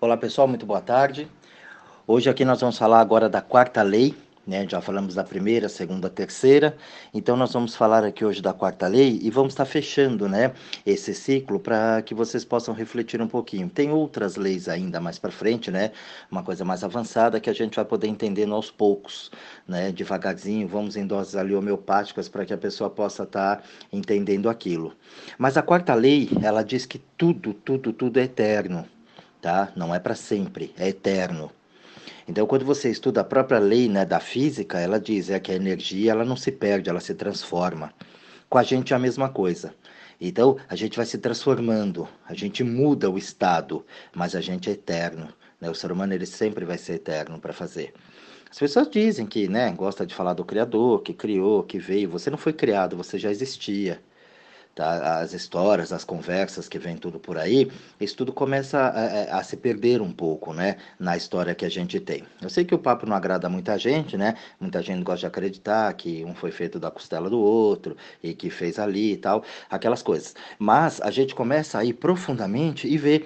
Olá pessoal, muito boa tarde. Hoje aqui nós vamos falar agora da quarta lei, né? Já falamos da primeira, segunda, terceira. Então nós vamos falar aqui hoje da quarta lei e vamos estar fechando, né, esse ciclo para que vocês possam refletir um pouquinho. Tem outras leis ainda mais para frente, né? Uma coisa mais avançada que a gente vai poder entendendo aos poucos, né? Devagarzinho, vamos em doses ali homeopáticas para que a pessoa possa estar entendendo aquilo. Mas a quarta lei, ela diz que tudo é eterno, tá? Não é para sempre, é eterno. Então, quando você estuda a própria lei, né, da física, ela diz que a energia ela não se perde, ela se transforma. Com a gente é a mesma coisa. Então, a gente vai se transformando, a gente muda o estado, mas a gente é eterno, né? O ser humano ele sempre vai ser eterno para fazer. As pessoas dizem que, né, gosta de falar do Criador, que criou, que veio. Você não foi criado, você já existia. Tá? As histórias, as conversas que vem tudo por aí, isso tudo começa a se perder um pouco, né, na história que a gente tem. Eu sei que o papo não agrada muita gente, né? Muita gente gosta de acreditar que um foi feito da costela do outro e que fez ali e tal, aquelas coisas. Mas a gente começa a ir profundamente e ver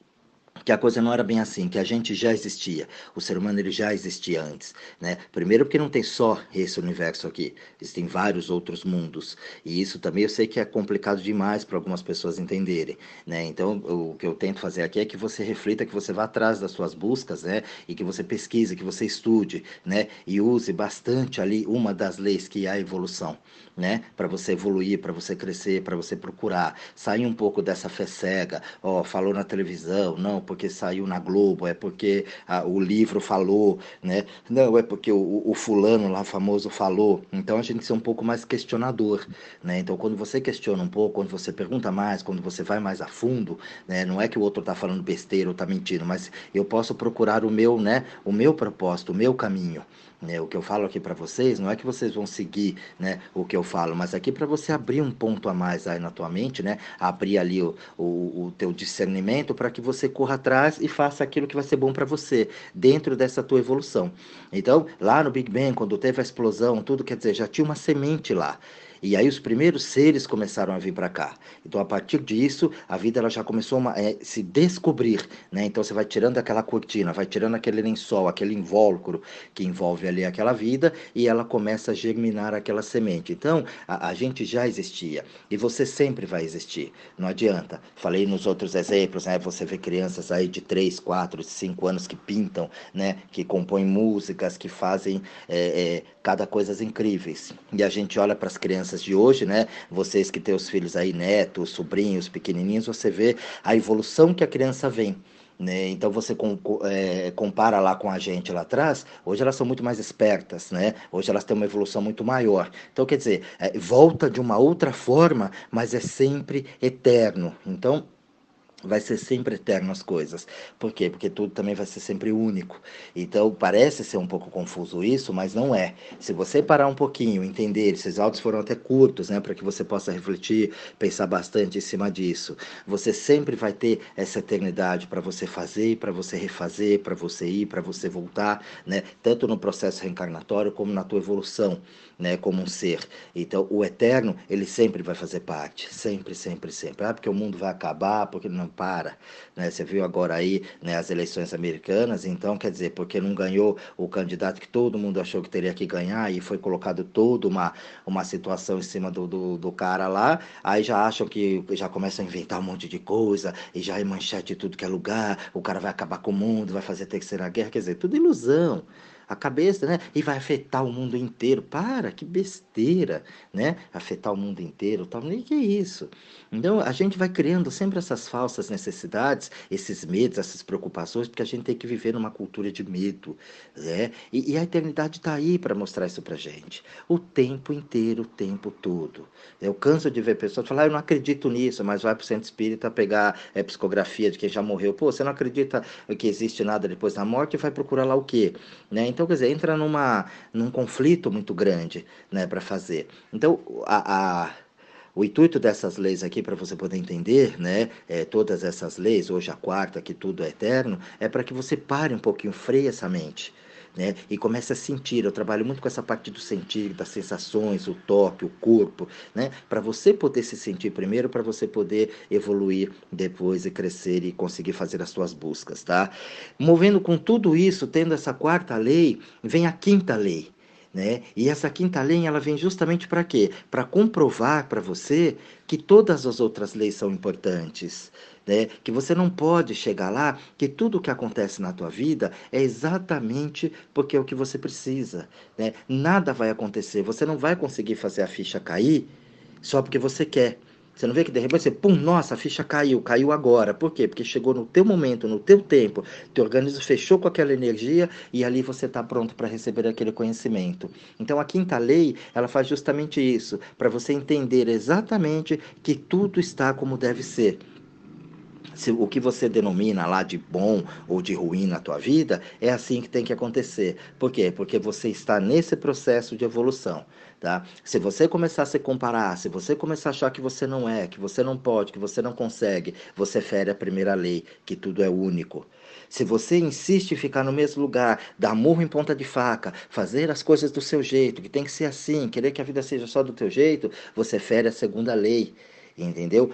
que a coisa não era bem assim, que a gente já existia, o ser humano ele já existia antes, né? Primeiro porque não tem só esse universo aqui, existem vários outros mundos, e isso também eu sei que é complicado demais para algumas pessoas entenderem, né? Então o que eu tento fazer aqui é que você reflita, que você vá atrás das suas buscas, né? E que você pesquise, que você estude, né? E use bastante ali uma das leis que é a evolução, né? Para você evoluir, para você crescer, para você procurar, sair um pouco dessa fé cega, ó, falou na televisão, não, porque saiu na Globo, é porque o livro falou, né? Não, é porque o fulano lá famoso falou. Então a gente tem que ser um pouco mais questionador, né? Então quando você questiona um pouco, quando você pergunta mais, quando você vai mais a fundo, né? Não é que o outro está falando besteira ou está mentindo, mas eu posso procurar o meu, né? O meu propósito, o meu caminho. Né, o que eu falo aqui para vocês não é que vocês vão seguir, né, o que eu falo, mas aqui para você abrir um ponto a mais aí na tua mente, né, abrir ali o teu discernimento para que você corra atrás e faça aquilo que vai ser bom para você dentro dessa tua evolução. Então, lá no Big Bang, quando teve a explosão, tudo quer dizer, já tinha uma semente lá. E aí os primeiros seres começaram a vir para cá. Então, a partir disso, a vida ela já começou a se descobrir, né? Então, você vai tirando aquela cortina, vai tirando aquele lençol, aquele invólucro que envolve ali aquela vida e ela começa a germinar aquela semente. Então, a gente já existia e você sempre vai existir. Não adianta. Falei nos outros exemplos, né? Você vê crianças aí de 3, 4, 5 anos que pintam, né? Que compõem músicas, que fazem cada coisas incríveis. E a gente olha para as crianças de hoje, né? Vocês que têm os filhos aí, netos, sobrinhos, pequenininhos, você vê a evolução que a criança vem. Né? Então você compara lá com a gente lá atrás, hoje elas são muito mais espertas, né? Hoje elas têm uma evolução muito maior. Então, quer dizer, volta de uma outra forma, mas é sempre eterno. Então, vai ser sempre eterno as coisas. Por quê? Porque tudo também vai ser sempre único. Então, parece ser um pouco confuso isso, mas não é. Se você parar um pouquinho, entender, esses áudios foram até curtos, né, para que você possa refletir, pensar bastante em cima disso. Você sempre vai ter essa eternidade para você fazer, para você refazer, para você ir, para você voltar, né, tanto no processo reencarnatório como na tua evolução, né, como um ser. Então, o eterno, ele sempre vai fazer parte, sempre, sempre, sempre. Ah, porque o mundo vai acabar, porque não para, né? Você viu agora aí, né, as eleições americanas, então, quer dizer, porque não ganhou o candidato que todo mundo achou que teria que ganhar e foi colocado toda uma situação em cima do cara lá, aí já acham que já começam a inventar um monte de coisa e já é manchete de tudo que é lugar, o cara vai acabar com o mundo, vai fazer terceira guerra, quer dizer, tudo ilusão. A cabeça, né? E vai afetar o mundo inteiro. Para, que besteira, né? Afetar o mundo inteiro, tal. Nem que é isso. Então, a gente vai criando sempre essas falsas necessidades, esses medos, essas preocupações, porque a gente tem que viver numa cultura de medo, né? E a eternidade está aí para mostrar isso para gente. O tempo inteiro, o tempo todo. Eu canso de ver pessoas falar, eu não acredito nisso, mas vai para o centro espírita pegar psicografia de quem já morreu. Pô, você não acredita que existe nada depois da morte e vai procurar lá o quê? Né? Então, quer dizer, entra num conflito muito grande, né, para fazer. Então, o intuito dessas leis aqui, para você poder entender, né, todas essas leis, hoje a quarta, que tudo é eterno, é para que você pare um pouquinho, freie essa mente. né? E comece a sentir. Eu trabalho muito com essa parte do sentir, das sensações, o toque, o corpo, né? Para você poder se sentir primeiro, para você poder evoluir depois e crescer e conseguir fazer as suas buscas, tá? Movendo com tudo isso, tendo essa quarta lei, vem a quinta lei. Né? E essa quinta lei ela vem justamente para quê? Para comprovar para você que todas as outras leis são importantes, né? Que você não pode chegar lá, que tudo o que acontece na tua vida é exatamente porque é o que você precisa, né? Nada vai acontecer, você não vai conseguir fazer a ficha cair só porque você quer. Você não vê que de repente você, pum, nossa, a ficha caiu, caiu agora. Por quê? Porque chegou no teu momento, no teu tempo, teu organismo fechou com aquela energia e ali você está pronto para receber aquele conhecimento. Então a quinta lei, ela faz justamente isso, para você entender exatamente que tudo está como deve ser. O que você denomina lá de bom ou de ruim na tua vida, é assim que tem que acontecer. Por quê? Porque você está nesse processo de evolução. Tá? Se você começar a se comparar, se você começar a achar que você não é, que você não pode, que você não consegue, você fere a primeira lei, que tudo é único. Se você insiste em ficar no mesmo lugar, dar murro em ponta de faca, fazer as coisas do seu jeito, que tem que ser assim, querer que a vida seja só do teu jeito, você fere a segunda lei, entendeu?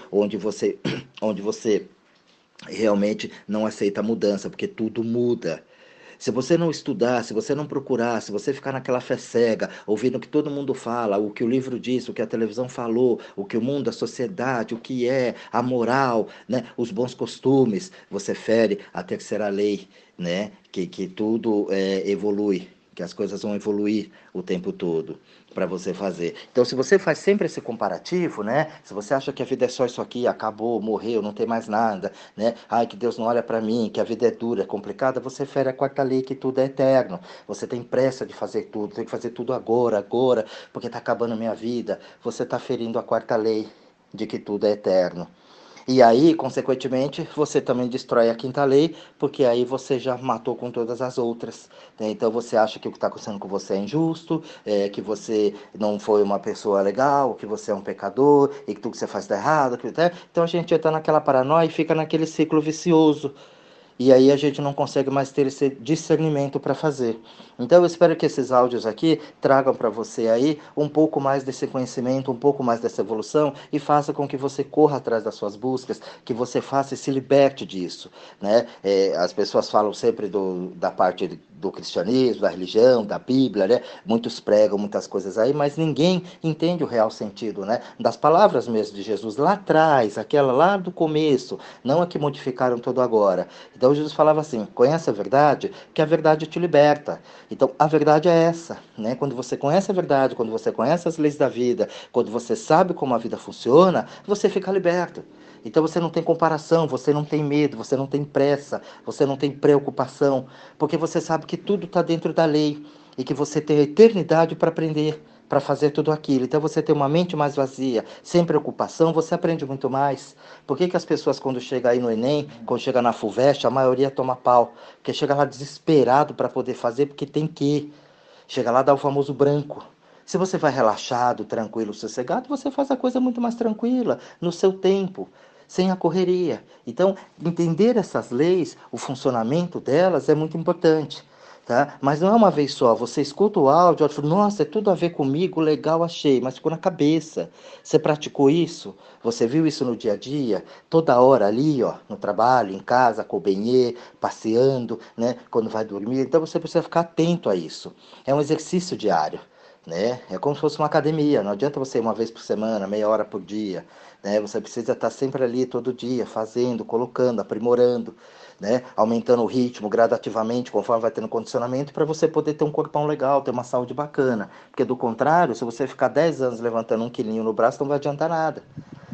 Onde você realmente não aceita a mudança, porque tudo muda. Se você não estudar, se você não procurar, se você ficar naquela fé cega, ouvindo o que todo mundo fala, o que o livro diz, o que a televisão falou, o que o mundo, a sociedade, o que é, a moral, né, os bons costumes, você fere a terceira lei, né, que tudo evolui, que as coisas vão evoluir o tempo todo para você fazer. Então, se você faz sempre esse comparativo, né? Se você acha que a vida é só isso aqui, acabou, morreu, não tem mais nada, né? Ai, que Deus não olha para mim, que a vida é dura, é complicada, você fere a quarta lei que tudo é eterno. Você tem pressa de fazer tudo, tem que fazer tudo agora, agora, porque está acabando a minha vida. Você está ferindo a quarta lei de que tudo é eterno. E aí, consequentemente, você também destrói a quinta lei, porque aí você já matou com todas as outras, né? Então você acha que o que está acontecendo com você é injusto, que você não foi uma pessoa legal, que você é um pecador, e que tudo que você faz está errado. Né? Então a gente entra naquela paranoia e fica naquele ciclo vicioso. E aí a gente não consegue mais ter esse discernimento para fazer. Então eu espero que esses áudios aqui tragam para você aí um pouco mais desse conhecimento, um pouco mais dessa evolução e faça com que você corra atrás das suas buscas, que você faça e se liberte disso, né? As pessoas falam sempre da parte do cristianismo, da religião, da Bíblia, né? Muitos pregam muitas coisas aí, mas ninguém entende o real sentido, né? Das palavras mesmo de Jesus lá atrás, aquela lá do começo, não a que modificaram todo agora. Então Jesus falava assim: conhece a verdade, que a verdade te liberta. Então a verdade é essa, né? Quando você conhece a verdade, quando você conhece as leis da vida, quando você sabe como a vida funciona, você fica liberto. Então você não tem comparação, você não tem medo, você não tem pressa, você não tem preocupação, porque você sabe que tudo está dentro da lei e que você tem a eternidade para aprender, para fazer tudo aquilo. Então você tem uma mente mais vazia, sem preocupação, você aprende muito mais. Por que as pessoas quando chegam aí no Enem, quando chega na FUVEST, a maioria toma pau? Porque chega lá desesperado para poder fazer, porque tem que. Chega lá dá o famoso branco. Se você vai relaxado, tranquilo, sossegado, você faz a coisa muito mais tranquila, no seu tempo, sem a correria. Então, entender essas leis, o funcionamento delas é muito importante. Tá? Mas não é uma vez só, você escuta o áudio, fala, nossa, é tudo a ver comigo, legal, achei, mas ficou na cabeça. Você praticou isso? Você viu isso no dia a dia? Toda hora ali, ó, no trabalho, em casa, com o benê, passeando, né, quando vai dormir. Então você precisa ficar atento a isso. É um exercício diário. Né? É como se fosse uma academia, não adianta você ir uma vez por semana, meia hora por dia, né? Você precisa estar sempre ali todo dia, fazendo, colocando, aprimorando, né? Aumentando o ritmo gradativamente, conforme vai tendo condicionamento, para você poder ter um corpão legal, ter uma saúde bacana. Porque do contrário, se você ficar 10 anos levantando um quilinho no braço, não vai adiantar nada.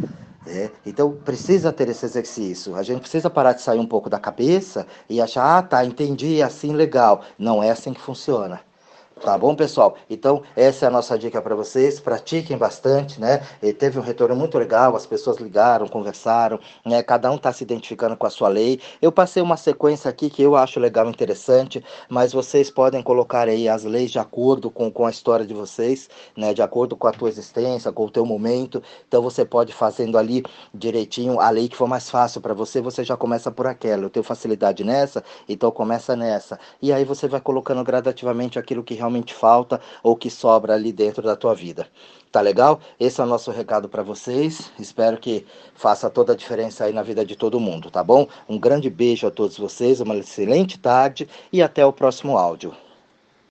Então precisa ter esse exercício. A gente precisa parar de sair um pouco da cabeça e achar, ah, tá, entendi, é assim legal. Não é assim que funciona. Tá bom, pessoal? Então, essa é a nossa dica para vocês. Pratiquem bastante, né? E teve um retorno muito legal, as pessoas ligaram, conversaram, né? Cada um está se identificando com a sua lei. Eu passei uma sequência aqui que eu acho legal e interessante, mas vocês podem colocar aí as leis de acordo com a história de vocês, né? De acordo com a tua existência, com o teu momento. Então, você pode fazendo ali direitinho a lei que for mais fácil para você, você já começa por aquela. Eu tenho facilidade nessa, então começa nessa. E aí você vai colocando gradativamente aquilo que realmente falta ou que sobra ali dentro da tua vida. Tá legal? Esse é o nosso recado para vocês. Espero que faça toda a diferença aí na vida de todo mundo, tá bom? Um grande beijo a todos vocês, uma excelente tarde e até o próximo áudio.